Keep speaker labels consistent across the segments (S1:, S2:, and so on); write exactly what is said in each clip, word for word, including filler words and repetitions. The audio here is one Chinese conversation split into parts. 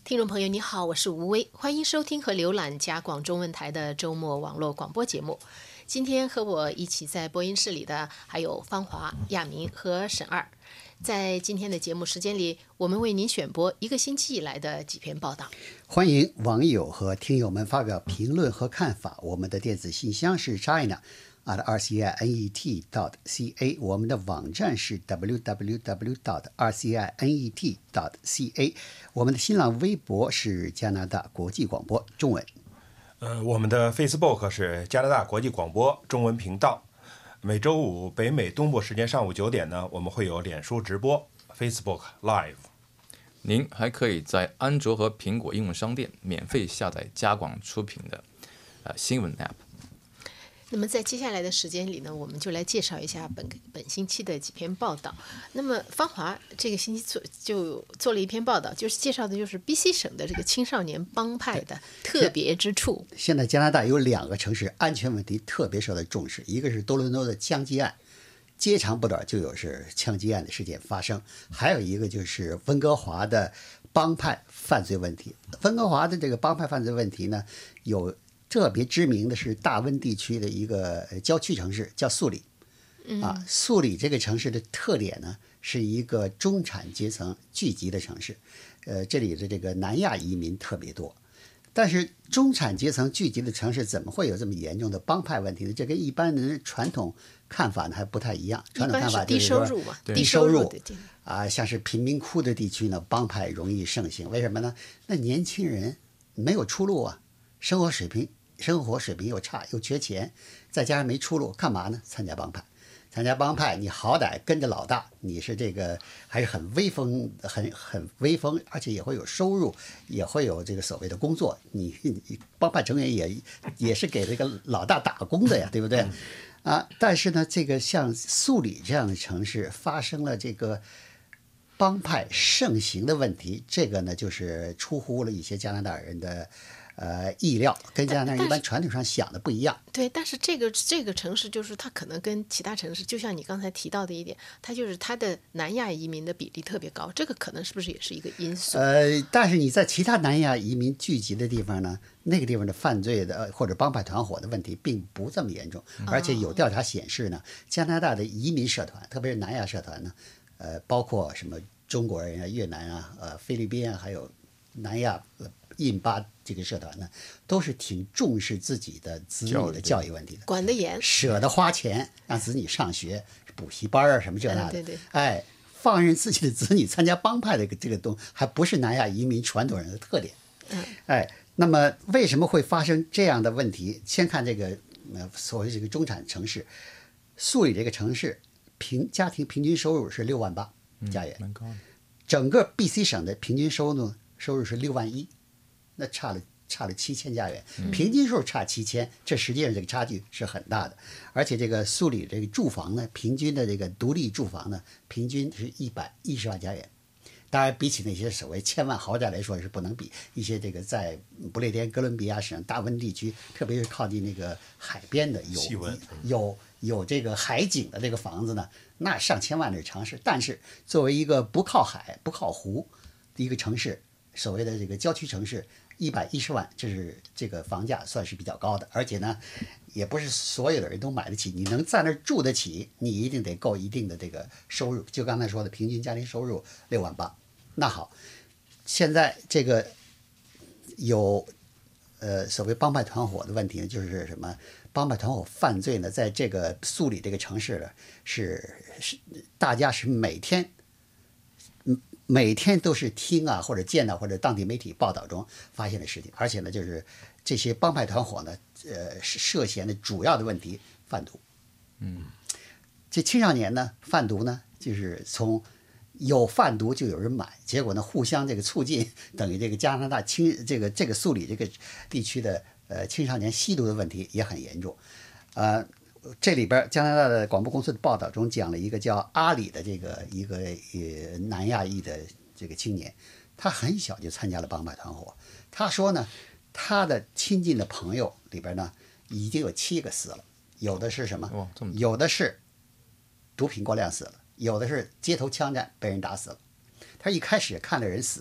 S1: 听众朋友你好，我是吴薇，欢迎收听和浏览加广中文台的周末网络广播节目。今天和我一起在播音室里的还有芳华、亚明和沈二。在今天的节目时间里，我们为您选播一个星期以来的几篇报道。
S2: 欢迎网友和听友们发表评论和看法。我们的电子信箱是 china at r c i net dot c a， 我们的网站是 w w w dot r c i net dot c a， 我们的新浪微博是加拿大国际广播中文。
S3: 呃，我们的 Facebook 是加拿大国际广播中文频道。每周五北美东部时间上午九点呢，我们会有脸书直播 Facebook Live。
S4: 您还可以在安卓和苹果应用商店免费下载加广出品的、呃、新闻 App。
S1: 那么在接下来的时间里呢，我们就来介绍一下本本星期的几篇报道。那么芳华这个星期做就做了一篇报道，就是介绍的就是 B C 省的这个青少年帮派的特别之处。
S2: 现在加拿大有两个城市安全问题特别受到重视，一个是多伦多的枪击案，接长不短就有是枪击案的事件发生，还有一个就是温哥华的帮派犯罪问题。温哥华的这个帮派犯罪问题呢，有特别知名的是大温地区的一个郊区城市叫素里。啊，素里这个城市的特点呢，是一个中产阶层聚集的城市，呃，这里的这个南亚移民特别多。但是中产阶层聚集的城市怎么会有这么严重的帮派问题呢？这跟一般人传统看法呢还不太一样。传统看法就是说
S1: 低收入嘛，
S2: 低收入啊，像是贫民窟的地区呢，帮派容易盛行。为什么呢？那年轻人没有出路啊，生活水平生活水平又差又缺钱，再加上没出路，干嘛呢？参加帮派。参加帮派，你好歹跟着老大，你是这个还是很威风，很很威风，而且也会有收入，也会有这个所谓的工作。你你帮派成员也也是给这个老大打工的呀，对不对？啊，但是呢，这个像素里这样的城市发生了这个帮派盛行的问题，这个呢就是出乎了一些加拿大人的呃意料，跟加拿大一般传统上想的不一样。
S1: 对，但是这个这个城市就是它可能跟其他城市，就像你刚才提到的一点，它就是它的南亚移民的比例特别高，这个可能是不是也是一个因素？
S2: 呃，但是你在其他南亚移民聚集的地方呢，那个地方的犯罪的或者帮派团伙的问题并不这么严重，而且有调查显示呢，加拿大的移民社团，特别是南亚社团呢，呃，包括什么中国人啊、越南啊、呃菲律宾啊，还有南亚、呃、印巴这个社团呢，都是挺重视自己的子女的教育问题的，
S1: 管得严，
S2: 舍得花钱让子女上学、补习班啊什么这那的，
S1: 嗯、对对，
S2: 哎，放任自己的子女参加帮派的这个东，还不是南亚移民传统人的特点。
S1: 嗯，
S2: 哎，那么为什么会发生这样的问题？先看这个呃所谓这个中产城市，素里这个城市平家庭平均收入是六万八加元，
S4: 蛮高的。
S2: 整个 B C 省的平均收入收入是六万一，那差了差了七千加元，平均收入差七千，这实际上这个差距是很大的。而且这个素里这个住房呢，平均的这个独立住房呢，平均是一百一十万加元。当然，比起那些所谓千万豪宅来说是不能比。一些这个在不列颠哥伦比亚省大温地区，特别是靠近那个海边的有有有这个海景的这个房子呢，那上千万的是常事。但是作为一个不靠海、不靠湖的一个城市，所谓的这个郊区城市，一百一十万，这是这个房价算是比较高的。而且呢，也不是所有的人都买得起。你能在那儿住得起，你一定得够一定的这个收入。就刚才说的，平均家庭收入六万八。那好，现在这个有呃所谓帮派团伙的问题呢，就是什么？帮派团伙犯罪呢，在这个素里这个城市呢，是是大家是每天，每天都是听啊或者见到或者当地媒体报道中发现的事情，而且呢，就是这些帮派团伙呢，呃，涉嫌的主要的问题贩毒。
S4: 嗯，
S2: 这青少年呢，贩毒呢，就是从有贩毒就有人买，结果呢，互相这个促进，等于这个加拿大青这个这个素里这个地区的呃青少年吸毒的问题也很严重。呃，这里边加拿大的广播公司的报道中讲了一个叫阿里的这个一个呃南亚裔的这个青年，他很小就参加了帮派团伙。他说呢，他的亲近的朋友里边呢，已经有七个死了，有的是什么？
S4: 哦，这么
S2: 有的是毒品过量死了。有的是街头枪战被人打死了。他一开始看着人死啊，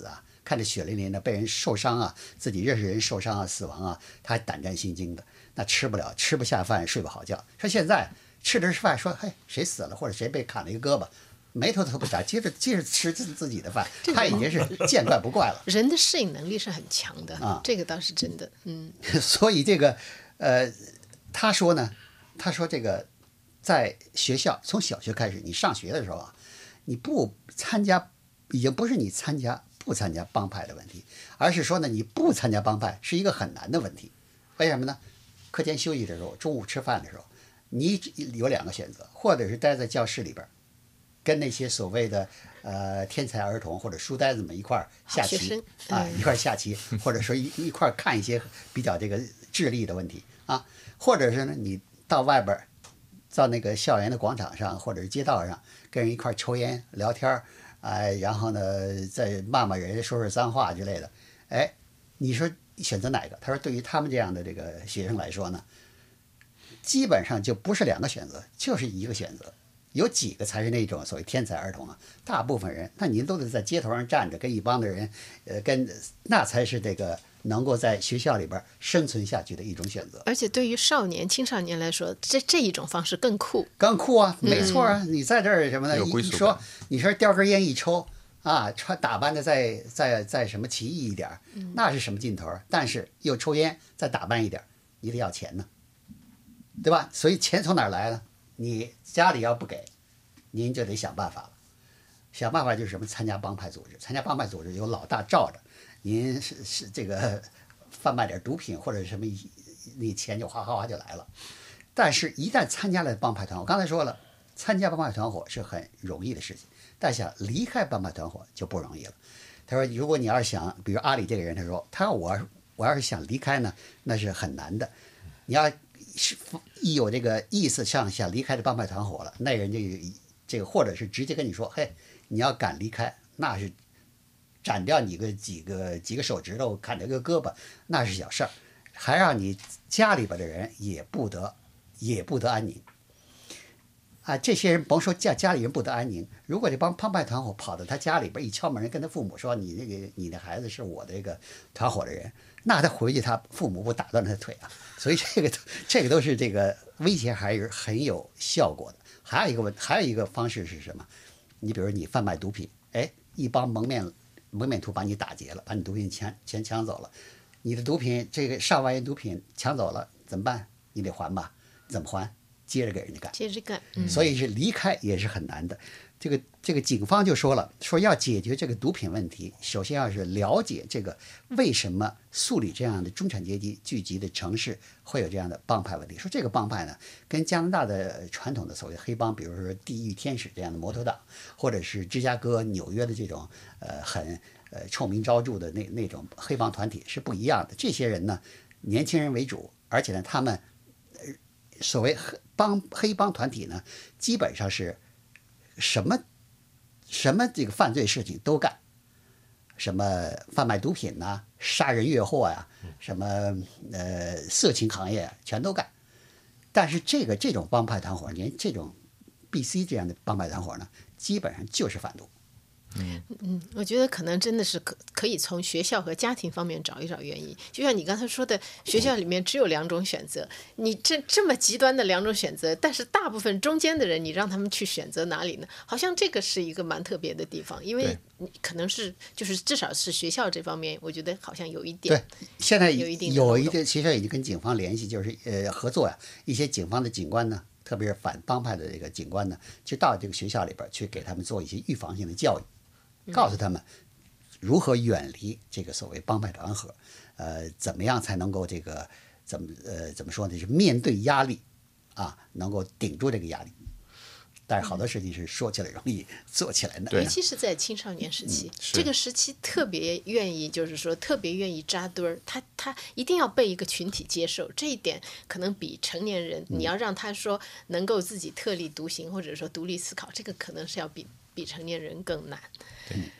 S2: 看着血淋淋的被人受伤啊，自己认识人受伤啊、死亡啊，他还胆战心惊的，那吃不了，吃不下饭，睡不好觉。说现在吃着吃饭，说嘿谁死了或者谁被砍了一个胳膊，眉头都不眨，接着接着吃自自己的饭，他已经是见怪不怪了。
S1: 人的适应能力是很强的
S2: 啊，
S1: 这个倒是真的。嗯，
S2: 所以这个呃，他说呢，他说这个在学校从小学开始，你上学的时候啊，你不参加，已经不是你参加不参加帮派的问题，而是说呢，你不参加帮派是一个很难的问题。为什么呢？课间休息的时候，中午吃饭的时候，你有两个选择，或者是待在教室里边，跟那些所谓的呃天才儿童或者书呆子们一块儿下棋啊，一块儿下棋，或者说一一块儿看一些比较这个智力的问题啊，或者是呢，你到外边，到那个校园的广场上或者是街道上，跟人一块儿抽烟聊天儿，哎，然后呢再骂骂人、说说脏话之类的，哎，你说选择哪个？他说，对于他们这样的这个学生来说呢，基本上就不是两个选择，就是一个选择。有几个才是那种所谓天才儿童啊？大部分人，那您都得在街头上站着，跟一帮的人，呃，跟那才是这个能够在学校里边生存下去的一种选择。
S1: 而且对于少年、青少年来说，这这一种方式更酷，
S2: 更酷啊！没错啊，嗯、你在这儿什么呢？你说你说叼根烟一抽啊，穿打扮的再再再什么奇异一点，那是什么劲头？但是又抽烟，再打扮一点，你得要钱呢，对吧？所以钱从哪儿来呢？你家里要不给，您就得想办法了。想办法就是什么？参加帮派组织，参加帮派组织有老大罩着，您是是这个贩卖点毒品或者什么，你钱就哗哗哗就来了。但是，一旦参加了帮派团伙，我刚才说了，参加帮派团伙是很容易的事情，但想离开帮派团伙就不容易了。他说，如果你要是想，比如阿里这个人，他说，他说我我要是想离开呢，那是很难的。你要是一有这个意思上想离开的帮派团伙了，那人就这个或者是直接跟你说，嘿，你要敢离开，那是斩掉你个几个几个手指头，砍掉个胳膊，那是小事儿，还让你家里边的人也不得也不得安宁啊！这些人甭说家家里人不得安宁，如果这帮帮派团伙跑到他家里边一敲门，跟他父母说你那个你的孩子是我这个团伙的人，那他回去他父母不打断他的腿啊！所以这个这个都是这个威胁还是很有效果的。还有一个问，还有一个方式是什么？你比如你贩卖毒品，哎，一帮蒙面蒙面徒把你打劫了，把你毒品钱钱抢走了，你的毒品这个上万元毒品抢走了，怎么办？你得还吧？怎么还？接着给人家干，
S1: 接着干。嗯、
S2: 所以是离开也是很难的。这个这个警方就说了，说要解决这个毒品问题，首先要是了解这个为什么素里这样的中产阶级聚集的城市会有这样的帮派问题。说这个帮派呢，跟加拿大的传统的所谓黑帮，比如说地狱天使这样的摩托党，或者是芝加哥、纽约的这种呃很呃臭名昭著的那那种黑帮团体是不一样的。这些人呢，年轻人为主，而且呢，他们呃所谓帮黑帮团体呢，基本上是什么什么这个犯罪事情都干，什么贩卖毒品呐、啊、杀人越货呀、啊，什么呃色情行业、啊、全都干。但是这个这种帮派团伙，连这种 B C 这样的帮派团伙呢，基本上就是贩毒。
S1: 嗯嗯，我觉得可能真的是可可以从学校和家庭方面找一找原因。就像你刚才说的，学校里面只有两种选择，你这这么极端的两种选择，但是大部分中间的人，你让他们去选择哪里呢？好像这个是一个蛮特别的地方，因为你可能是就是至少是学校这方面，我觉得好像有一点。
S2: 对，现在
S1: 有一定
S2: 有一个学校已经跟警方联系，就是呃合作呀、啊，一些警方的警官呢，特别是反帮派的这个警官呢，就到这个学校里边去给他们做一些预防性的教育。告诉他们如何远离这个所谓帮派团伙，呃，怎么样才能够这个怎么呃怎么说呢？就是面对压力啊，能够顶住这个压力。但是好多事情是说起来容易，做起来难。
S1: 尤其是在青少年时期，嗯、这个时期特别愿意，就是说特别愿意扎堆儿。他他一定要被一个群体接受，这一点可能比成年人，嗯、你要让他说能够自己特立独行，或者说独立思考，这个可能是要比比成年人更难。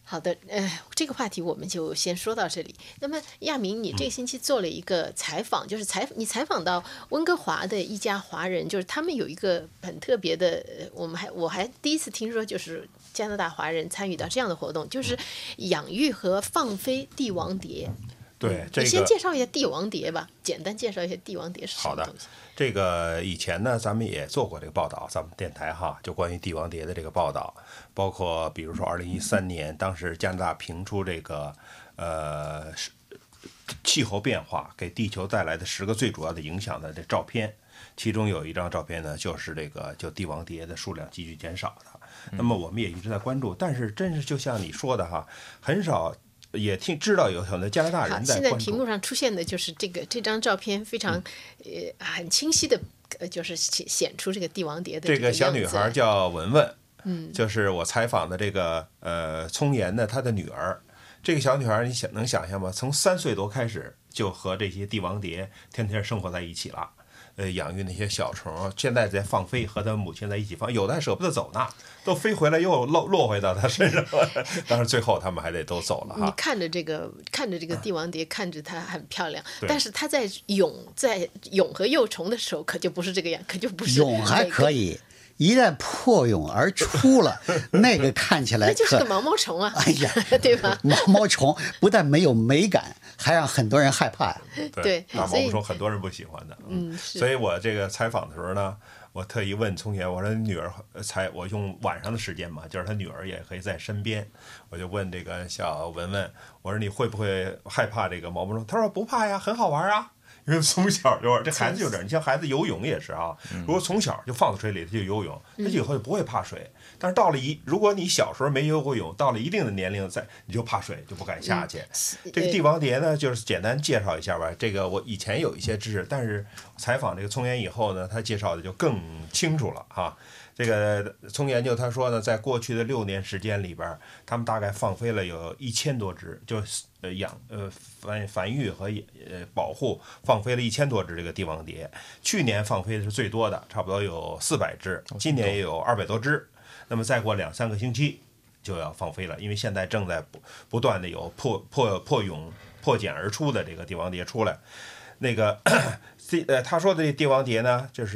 S1: 好的，呃，这个话题我们就先说到这里。那么亚明，你这个星期做了一个采访，就是采你采访到温哥华的一家华人，就是他们有一个很特别的，我们还我还第一次听说，就是加拿大华人参与到这样的活动，就是养育和放飞帝王蝶。
S3: 对，这个
S1: 你先介绍一下帝王蝶吧，简单介绍一下帝王蝶是什么东西。
S3: 好的，这个以前呢，咱们也做过这个报道，咱们电台哈，就关于帝王蝶的这个报道，包括比如说二零一三年，当时加拿大评出这个呃气候变化给地球带来的十个最主要的影响的这照片，其中有一张照片呢，就是这个就帝王蝶的数量急剧减少的。那么我们也一直在关注，但是真是就像你说的哈，很少。也听知道有很多加拿大人在关注。
S1: 现在屏幕上出现的就是这个这张照片，非常、嗯、呃很清晰的，呃就是显显出这个帝王蝶的
S3: 这个小女孩叫文文，
S1: 嗯，
S3: 就是我采访的这个呃聪妍的她的女儿。这个小女孩你想能想象吗？从三岁多开始就和这些帝王蝶天天生活在一起了。呃，养育那些小虫，现在在放飞，和他母亲在一起放，有的还舍不得走呢，都飞回来又落落回到他身上了。但是最后他们还得都走了哈。
S1: 你看着这个，看着这个帝王蝶，看着它很漂亮，但是它在蛹在蛹和幼虫的时候，可就不是这个样，可就不是、那个。
S2: 蛹还可以。一旦破蛹而出了，那个看起来
S1: 那就是个毛毛虫啊！
S2: 哎呀，
S1: 对吧？
S2: 毛毛虫不但没有美感，还让很多人害怕呀。
S3: 对，大毛毛虫很多人不喜欢的。
S1: 嗯，
S3: 所以我这个采访的时候呢，我特意问聪妍，我说女儿才，我用晚上的时间嘛，就是她女儿也可以在身边，我就问这个小文文，我说你会不会害怕这个毛毛虫？她说不怕呀，很好玩啊。因为从小就这孩子就这样，你像孩子游泳也是啊，如果从小就放在水里他就游泳，他以后就不会怕水。但是到了一，如果你小时候没游过泳，到了一定的年龄在你就怕水，就不敢下去。嗯、这个帝王蝶呢，就是简单介绍一下吧。这个我以前有一些知识，但是采访这个聪妍以后呢，他介绍的就更清楚了哈。这个从研究他说呢，在过去的六年时间里边，他们大概放飞了有一千多只，就呃养呃繁繁育和呃保护放飞了一千多只这个帝王蝶。去年放飞的是最多的，差不多有四百只，今年也有二百多只。那么再过两三个星期就要放飞了，因为现在正在不不断的有破破破蛹破茧而出的这个帝王蝶出来。那个呃他说的这帝王蝶呢，就是。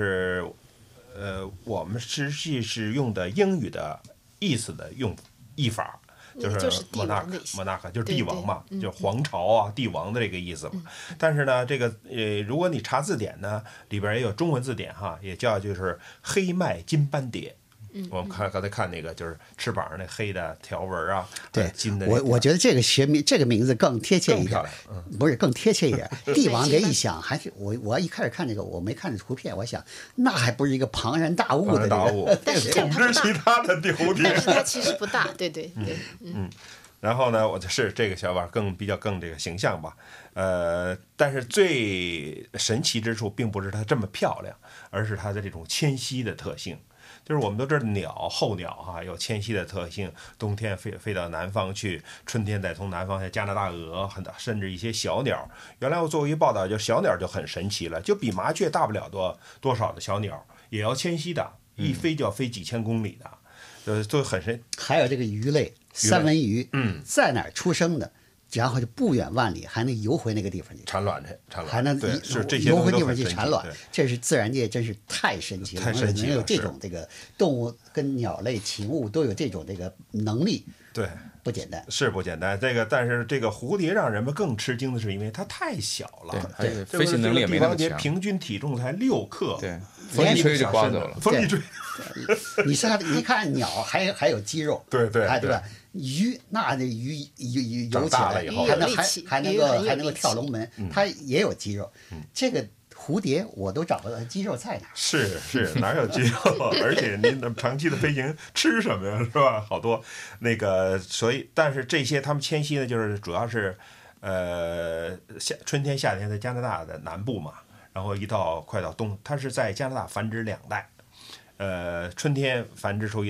S3: 呃，我们实际是用的英语的意思的用译法，就是莫纳克，莫纳克就是帝王嘛，
S1: 对对
S3: 就是皇朝啊，帝王的这个意思嘛。嗯、但是呢，这个呃，如果你查字典呢，里边也有中文字典哈，也叫就是黑麦金斑蝶。
S1: 嗯、
S3: 我看刚才看那个就是翅膀上那黑的条纹啊，
S2: 对，
S3: 金的。
S2: 我我觉得这个学名这个名字更贴切一点，
S3: 嗯、
S2: 不是更贴切一点。帝王蝶一想，还是我我一开始看这个，我没看这图片，我想那还不是一个庞然大物的、这个、
S3: 大物，
S1: 但是
S3: 统治其他的蝴蝶，
S1: 但是它其实不大，对对对，
S3: 嗯。嗯然后呢，我就是这个小碗更比较更这个形象吧，呃，但是最神奇之处并不是它这么漂亮，而是它的这种迁徙的特性。就是我们都知道鸟候鸟哈、啊、有迁徙的特性，冬天飞飞到南方去，春天再从南方像加拿大鹅，很甚至一些小鸟。原来我做过一报道，就小鸟就很神奇了，就比麻雀大不了多多少的小鸟也要迁徙的，一飞就要飞几千公里的，呃，都很神。
S2: 还有这个鱼类，三文鱼，
S3: 嗯，
S2: 在哪儿出生的？然后就不远万里，还能游回那个地方去
S3: 产卵去，产卵
S2: 还能
S3: 对是这些
S2: 游回地方去产卵，这是自然界真是太神奇了，
S3: 太神奇了，
S2: 能有这种这个动物跟鸟类、禽物都有这种这个能力，
S3: 对，
S2: 不简单，
S3: 是不简单。这个但是这个蝴蝶让人们更吃惊的是，因为它太小了，
S4: 对，飞行能力也没那么强。
S3: 帝王蝶平均体重才六克，
S4: 对，风一吹就刮走了，
S3: 风一吹。
S2: 你是你看鸟还还有肌肉，
S3: 对对
S2: 对吧？鱼那这鱼游游起来
S3: 了以后
S2: 还能还还能够还能够跳龙门，它也有肌肉。这个蝴蝶我都找不到肌肉在哪。
S3: 是是，哪有肌肉？而且您长期的飞行吃什么呀？是吧？好多那个，所以但是这些他们迁徙呢，就是主要是呃夏春天夏天在加拿大的南部嘛，然后一到快到冬，它是在加拿大繁殖两代。呃，春天繁殖出一代，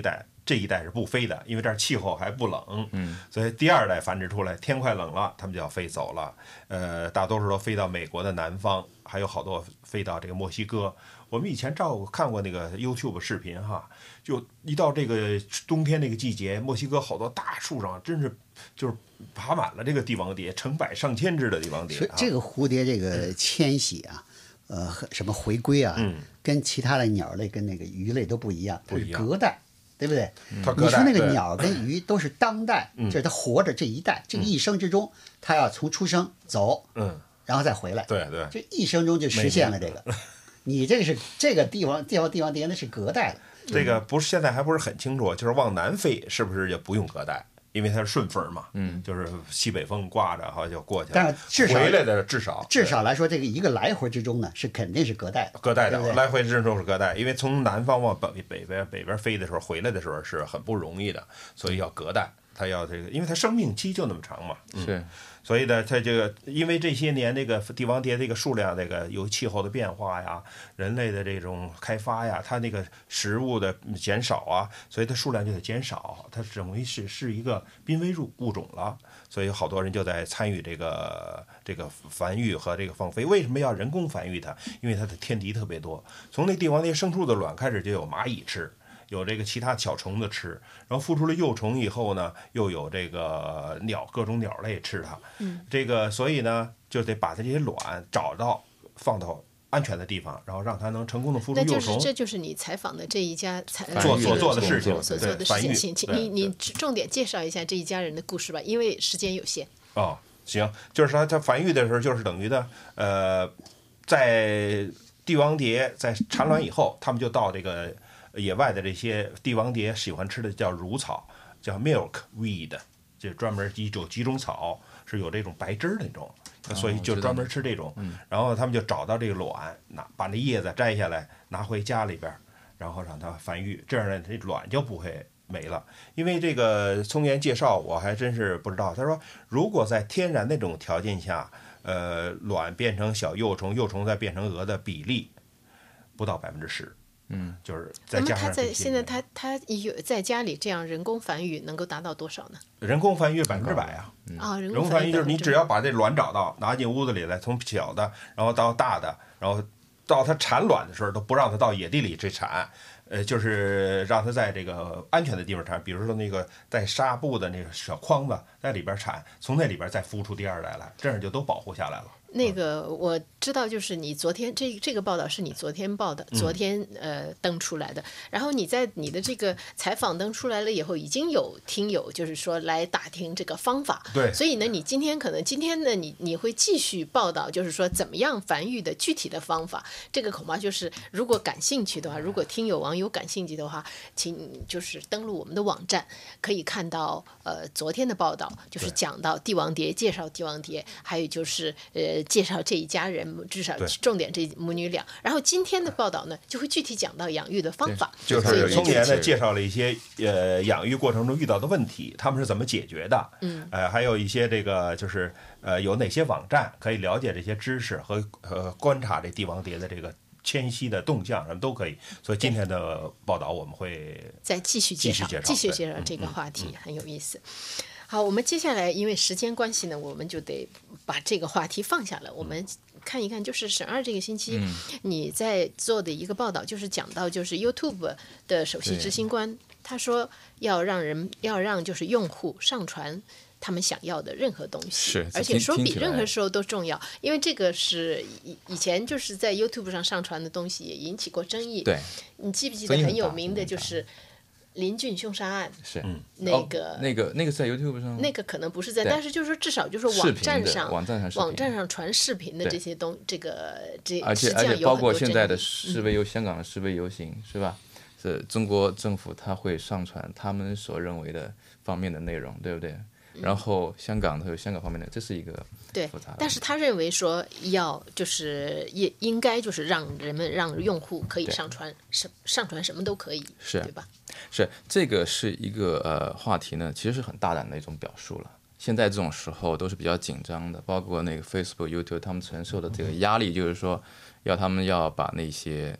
S3: 这一代是不飞的，因为这儿气候还不冷，嗯，所以第二代繁殖出来，天快冷了，他们就要飞走了。呃，大多数都飞到美国的南方，还有好多飞到这个墨西哥。我们以前照看过那个 YouTube 视频哈，就一到这个冬天这个季节，墨西哥好多大树上真是就是爬满了这个帝王蝶，成百上千只的帝王蝶。
S2: 所以这个蝴蝶这个迁徙啊，呃，和什么回归啊，
S3: 嗯
S2: 跟其他的鸟类跟那个鱼类都不一样，它是
S3: 不一样
S2: 隔代。对不对？
S3: 它隔代
S2: 你说那个
S3: 对
S2: 鸟跟鱼都是当代，
S3: 嗯
S2: 这是它活着这一代，这一生之中，它要从出生走，
S3: 嗯，
S2: 然后再回来，
S3: 对对，
S2: 这一生中就实现了这个。你这个是这个帝王帝王帝王蝶那是隔代的，
S3: 这个不是现在还不是很清楚，就是往南飞是不是也不用隔代？因为它是顺风嘛，嗯，就是西北风刮着，好像就过去了。
S2: 但是至少
S3: 回来的至少
S2: 至少来说，这个一个来回之中呢，是肯定是隔代的，
S3: 隔代的，
S2: 对不对
S3: 来回之中是隔代，因为从南方往北北边北边飞的时候，回来的时候是很不容易的，所以要隔代。它要这个，因为它生命期就那么长嘛，嗯、
S4: 是，
S3: 所以呢，它这个因为这些年这个帝王蝶这个数量，这个有气候的变化呀，人类的这种开发呀，它那个食物的减少啊，所以它数量就得减少，它等于是是一个濒危物物种了，所以好多人就在参与这个这个繁育和这个放飞。为什么要人工繁育它？因为它的天敌特别多，从那帝王蝶生出的卵开始就有蚂蚁吃。有这个其他小虫子吃，然后孵出了幼虫以后呢，又有这个鸟各种鸟类吃它。嗯，这个所以呢，就得把它这些卵找到，放到安全的地方，然后让它能成功的孵出
S1: 那就
S3: 幼虫。
S1: 是这就是你采访的这一家采
S3: 做所
S1: 这个
S3: 做的事情
S1: 所做的
S3: 对繁育
S1: 事情，请
S3: 对
S1: 你你重点介绍一下这一家人的故事吧，因为时间有限。
S3: 哦，行，就是说它繁育的时候，就是等于的，呃，在帝王蝶在产卵以后，他们就到这个野外的这些帝王蝶喜欢吃的叫乳草，叫 milkweed， 就专门一种几种草是有这种白汁儿的那种，所以就专门吃这种。然后他们就找到这个卵，拿把那叶子摘下来，拿回家里边，然后让它繁育，这样呢，这卵就不会没了。因为这个松岩介绍，我还真是不知道。他说，如果在天然那种条件下，呃，卵变成小幼虫，幼虫再变成蛾的比例不到百分之十。嗯，就是再
S1: 那么他
S3: 加上这些
S1: 在现在他他有在家里这样人工繁育能够达到多少呢？
S3: 人工繁育百分之百啊。
S1: 啊，人
S3: 人
S1: 工
S3: 工繁育就是你只
S1: 要
S3: 要把这卵找到，拿进屋子里来，从小的，然后到大的，然后到它产卵的时候，都不让它到野地里去产，呃，就是让它在这个安全的地方产，比如说那个带纱布的那个小筐子在里边产，从那里边再孵出第二代来，这样就都保护下来了。
S1: 那个我知道，就是你昨天这这个报道是你昨天报的，昨天呃登出来的。然后你在你的这个采访登出来了以后，已经有听友就是说来打听这个方法。
S3: 对。
S1: 所以呢，你今天可能今天呢，你你会继续报道，就是说怎么样繁育的具体的方法。这个恐怕就是如果感兴趣的话，如果听友网友感兴趣的话，请就是登录我们的网站，可以看到呃昨天的报道，就是讲到帝王蝶，介绍帝王蝶，还有就是呃。介绍这一家人，至少重点这母女俩。然后今天的报道呢，就会具体讲到养育的方法。
S3: 就是松岩呢介绍了一些呃养育过程中遇到的问题，他们是怎么解决的。嗯，呃，还有一些这个就是呃有哪些网站可以了解这些知识和呃观察这帝王蝶的这个迁徙的动向，什么都可以。所以今天的报道我们会
S1: 再继续介绍，继续介绍这个话题，很有意思。好，我们接下来因为时间关系呢，我们就得把这个话题放下了。我们看一看，就是沈二这个星期你在做的一个报道，就是讲到就是 YouTube 的首席执行官，他说要让人要让就是用户上传他们想要的任何东西，而且说比任何时候都重要，因为这个是以以前就是在 YouTube 上上传的东西也引起过争议。
S4: 对，
S1: 你记不记得很有名的就是林俊凶杀案？
S4: 是，
S1: 嗯，那个、
S4: 哦、那个那个在 YouTube 上，
S1: 那个可能不是在，但是就是说至少就是网站上
S4: 网站上
S1: 网站上传视频的这些东，这个这
S4: 而且而且包括现在的示威游、嗯、香港的示威游行是吧？是中国政府他会上传他们所认为的方面的内容，对不对？然后香港它有香港方面的，这是一个
S1: 对，但是他认为说要就是也应该就是让人们让用户可以上传什上传什么都可以，
S4: 是
S1: 对吧？
S4: 是这个是一个呃话题呢，其实是很大胆的一种表述了。现在这种时候都是比较紧张的，包括那个 Facebook、YouTube 他们承受的这个压力，就是说要他们要把那些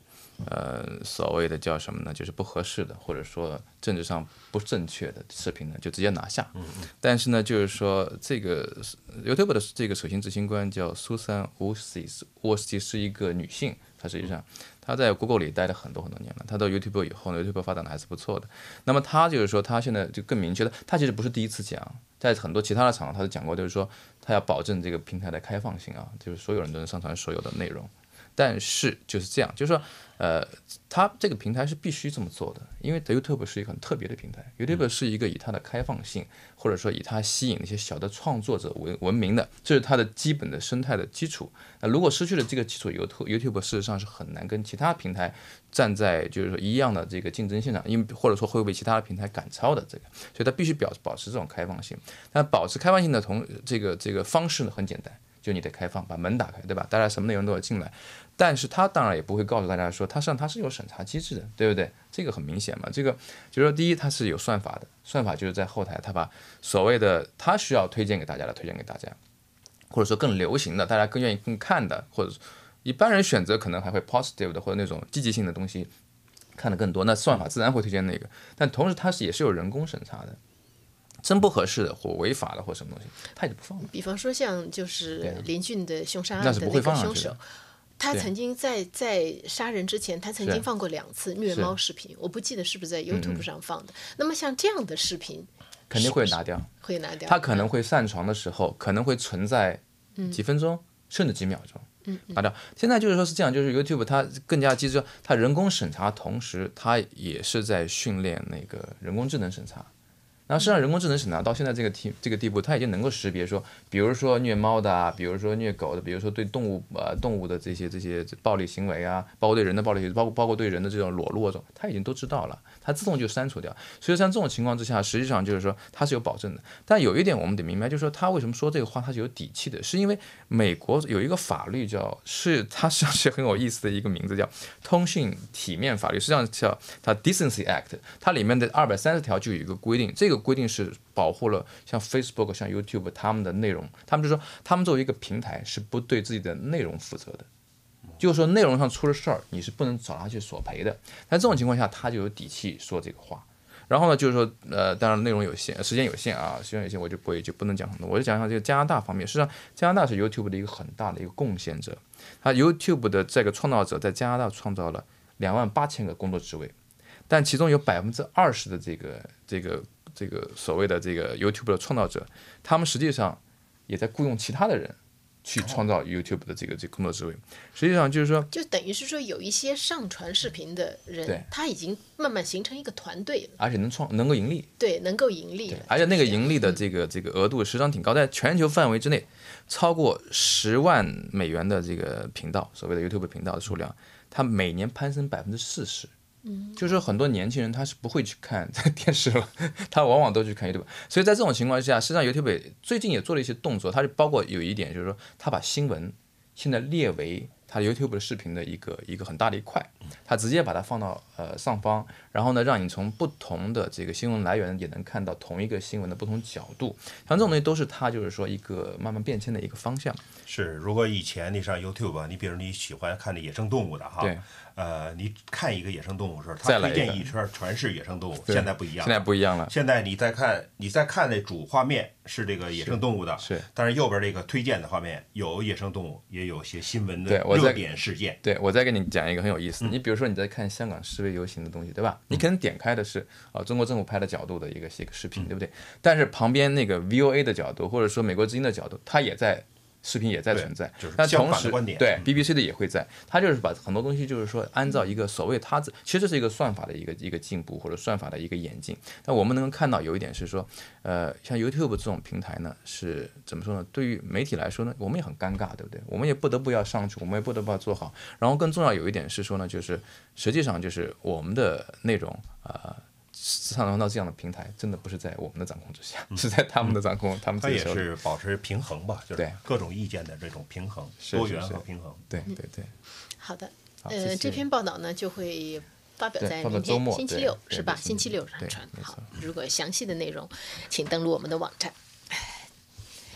S4: 呃所谓的叫什么呢，就是不合适的或者说政治上不正确的视频呢，就直接拿下。但是呢，就是说这个 YouTube 的这个首席执行官叫 Susan Wojcicki， 是一个女性，她实际上她在 Google 里待了很多很多年了，她到 YouTube 以后呢 ，YouTube 发展的还是不错的。那么她就是说，她现在就更明确的，她其实不是第一次讲，在很多其他的场合她都讲过，就是说她要保证这个平台的开放性啊，就是所有人都能上传所有的内容。但是就是这样，就是说，呃，它这个平台是必须这么做的，因为 YouTube 是一个很特别的平台 ，YouTube 是一个以它的开放性，或者说以它吸引那些小的创作者闻闻名的，这是它的基本的生态的基础。那如果失去了这个基础，YouTube 事实上是很难跟其他平台站在就是说一样的这个竞争线上，因为或者说会被其他的平台赶超的这个，所以它必须表保持这种开放性。但保持开放性的同这个这个方式呢，很简单。就你得开放，把门打开，对吧？大家什么内容都要进来，但是他当然也不会告诉大家说，它实际上它是有审查机制的，对不对？这个很明显嘛。这个就是说，第一，它是有算法的，算法就是在后台，它把所谓的它需要推荐给大家的推荐给大家，或者说更流行的，大家更愿意更看的，或者一般人选择可能还会 positive 的或者那种积极性的东西看得更多，那算法自然会推荐那个。但同时，它是也是有人工审查的。真不合适的或违法的或什么东西，他也就不放了。
S1: 比方说像就是林俊的凶杀案
S4: 的那
S1: 个凶手，他曾经在在杀人之前，他曾经放过两次虐猫视频，我不记得是不是在 YouTube 上放的。嗯、那么像这样的视频，
S4: 肯定会拿掉，
S1: 会拿掉。
S4: 他可能会上传的时候，可能会存在几分钟、嗯、甚至几秒钟。
S1: 嗯，
S4: 拿掉。现在就是说是这样，就是 YouTube 它更加机制，它人工审查，同时它也是在训练那个人工智能审查。然后实际上，人工智能审查到现在这个地这个地步，它已经能够识别说，比如说虐猫的啊，比如说虐狗的，比如说对动物呃动物的这些这些暴力行为啊，包括对人的暴力行为，包括包括对人的这种裸露这种，它已经都知道了，它自动就删除掉。所以像这种情况之下，实际上就是说它是有保证的。但有一点我们得明白，就是说他为什么说这个话，他是有底气的，是因为美国有一个法律叫是它实际上是很有意思的一个名字，叫通讯体面法律，实际上叫它 Decency Act， 它里面的二百三十条就有一个规定，这个规定是保护了像 Facebook 像 YouTube 他们的内容，他们就说他们作为一个平台是不对自己的内容负责的，就是说内容上出了事儿你是不能找他去索赔的。但这种情况下他就有底气说这个话。然后呢就是说呃，当然内容有限，时间有限啊，时间有限我就不也就不能讲很多，我就讲一下这个加拿大方面。实际上加拿大是 YouTube 的一个很大的一个贡献者，他 YouTube 的这个创造者在加拿大创造了两万八千个工作职位，但其中有百分之二十的这个这个这个所谓的这个 YouTube 的创造者，他们实际上也在雇佣其他的人去创造 YouTube 的这个这个工作职位。实际上就是说，
S1: 就等于是说有一些上传视频的人，他已经慢慢形成一个团队了，
S4: 而且能创能够盈利，
S1: 对，能够盈利了，
S4: 而且那个盈利的这个、嗯、这个额度实际上挺高，在全球范围之内，超过十万美元的这个频道，所谓的 YouTube 频道的数量，它每年攀升百分之四十。
S1: 嗯，
S4: 就是说很多年轻人他是不会去看电视了，他往往都去看 YouTube。所以在这种情况下，实际上 YouTube 最近也做了一些动作，它就包括有一点就是说，他把新闻现在列为它 YouTube 的视频的一个一个很大的一块，它直接把它放到呃上方，然后呢，让你从不同的这个新闻来源也能看到同一个新闻的不同角度。像这种东西都是它就是说一个慢慢变迁的一个方向。
S3: 是，如果以前你上 YouTube， 你比如你喜欢看的野生动物的哈，
S4: 对。
S3: 呃，你看一个野生动物的时候，它推荐一圈全是野生动物，现在不一样了。
S4: 现在不一样了。
S3: 现在你再看，你再看那主画面是这个野生动物的，
S4: 是。
S3: 但是右边这个推荐的画面有野生动物，也有些新闻的热点事件。
S4: 对，我再给你讲一个很有意思的，嗯、你比如说你在看香港示威游行的东西，对吧？你可能点开的是啊、呃、中国政府拍的角度的一个一个视频，对不对？但是旁边那个 V O A 的角度，或者说美国之音的角度，它也在。视频也在存在，但同时对 B B C 的也会在，他就是把很多东西就是说按照一个所谓他自，其实这是一个算法的一个一个进步或者算法的一个演进。但我们能够看到有一点是说，呃，像 YouTube 这种平台呢，是怎么说呢？对于媒体来说呢，我们也很尴尬，对不对？我们也不得不要上去，我们也不得不要做好。然后更重要有一点是说呢，就是实际上就是我们的内容啊。呃上传到这样的平台，真的不是在我们的掌控之下，嗯、是在他们的掌控，嗯、他们自己手里。
S3: 它也是保持平衡吧，就是各种意见的这种平衡，多元和平衡。
S4: 对对对。
S1: 好的，呃，这篇报道呢就会发表在明天星期六，是吧？星期六上传。好，如果详细的内容，请登录我们的网站。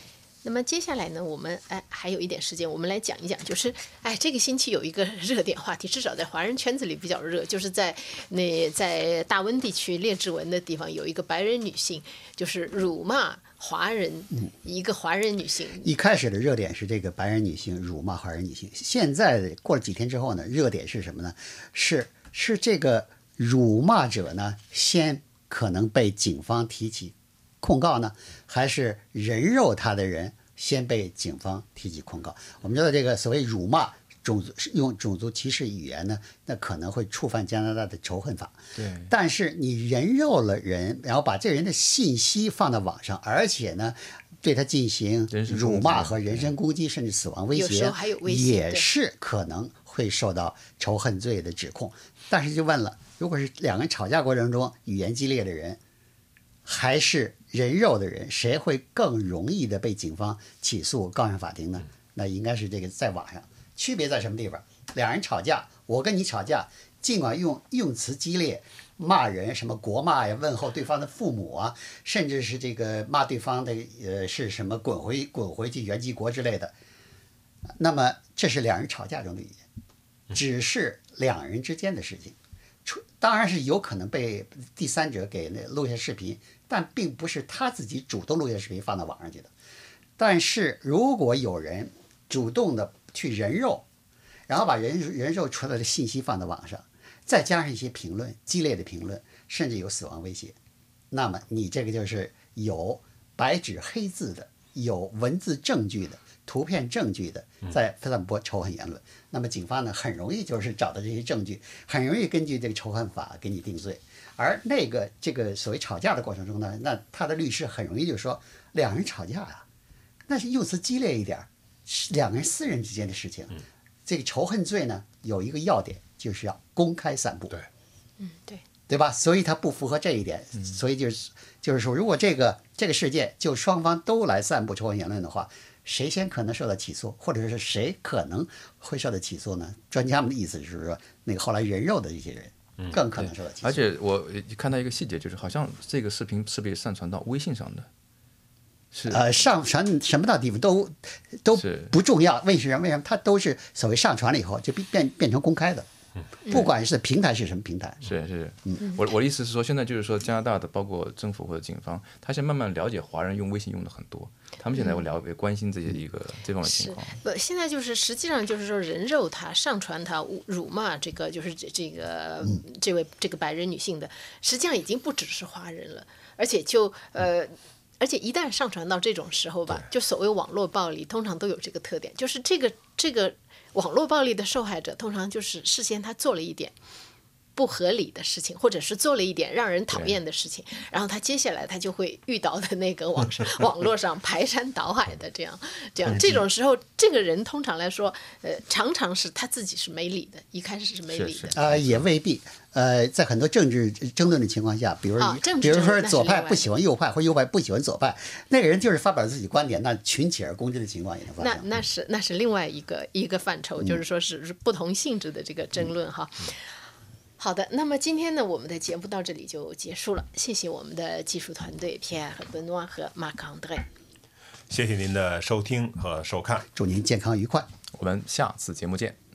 S1: 那么接下来呢，我们哎还有一点时间，我们来讲一讲，就是哎这个星期有一个热点话题，至少在华人圈子里比较热，就是在那在大温地区列治文的地方有一个白人女性，就是辱骂华人，一个华人女性。
S2: 一开始的热点是这个白人女性辱骂华人女性，现在过了几天之后呢，热点是什么呢？是是这个辱骂者呢，先可能被警方提起控告呢，还是人肉他的人先被警方提起控告？我们知道这个所谓辱骂种族用种族歧视语言呢，那可能会触犯加拿大的仇恨法。
S4: 对，
S2: 但是你人肉了人，然后把这人的信息放到网上，而且呢，对他进行辱骂和人身攻击，甚至死亡威胁，
S1: 有时候还有威胁，
S2: 也是可能会受到仇恨罪的指控。但是就问了，如果是两个人吵架过程中语言激烈的人，还是人肉的人，谁会更容易的被警方起诉告上法庭呢？那应该是这个在网上。区别在什么地方？两人吵架，我跟你吵架，尽管用用词激烈，骂人，什么国骂呀，问候对方的父母啊，甚至是这个骂对方的呃是什么滚回滚回去原籍国之类的。那么这是两人吵架中的语言，只是两人之间的事情。当然是有可能被第三者给录下视频，但并不是他自己主动录下视频放到网上去的。但是如果有人主动的去人肉，然后把人人肉出来的信息放到网上，再加上一些评论，激烈的评论，甚至有死亡威胁，那么你这个就是有白纸黑字的，有文字证据的，图片证据的，在散播仇恨言论。那么警方呢，很容易就是找到这些证据，很容易根据这个仇恨法给你定罪。而那个这个所谓吵架的过程中呢，那他的律师很容易就说，两人吵架啊，那是用词激烈一点，两个人私人之间的事情。这个仇恨罪呢，有一个要点，就是要公开散布。
S3: 对，
S1: 嗯，对，
S2: 对吧？所以它不符合这一点，所以就是就是说，如果这个这个事件就双方都来散布仇恨言论的话，谁先可能受到起诉，或者是谁可能会受到起诉呢？专家们的意思就是说，那个后来人肉的这些人更可能受到起诉。
S4: 而且我看到一个细节，就是好像这个视频是被上传到微信上的。是
S2: 呃，上传什么到地方都都不重要，为什么？为什么？它都是所谓上传了以后就变变成公开的，不管是平台是什么平台。
S4: 是是，嗯，我我的意思是说，现在就是说加拿大的包括政府或者警方，他现在慢慢了解华人用微信用的很多，他们现在会了解关心这些一个这方面情况。
S1: 不，现在就是实际上就是说人肉他、上传他、辱骂这个就是这这个、嗯、这位这个白人女性的，实际上已经不只是华人了，而且就呃。嗯而且一旦上传到这种时候吧，就所谓网络暴力，通常都有这个特点，就是这个这个网络暴力的受害者，通常就是事先他做了一点不合理的事情，或者是做了一点让人讨厌的事情，然后他接下来他就会遇到的那个网上网络上排山倒海的这样这样这种时候，这个人通常来说，呃，常常是他自己是没理的，一开始是没理的
S2: 啊、呃，也未必。呃，在很多政治争论的情况下，比如、哦、比如说左派不喜欢右派，或右派不喜欢左派，那个人就是发表自己观点，那群起而攻之的情况也能发生。
S1: 那那是那是另外一个一个范畴，就是说是不同性质的这个争论哈。嗯好的，那么今天呢，我们的节目到这里就结束了。谢谢我们的技术团队皮埃尔和本诺和马康德。
S3: 谢谢您的收听和收看，
S2: 祝您健康愉快，
S4: 我们下次节目见。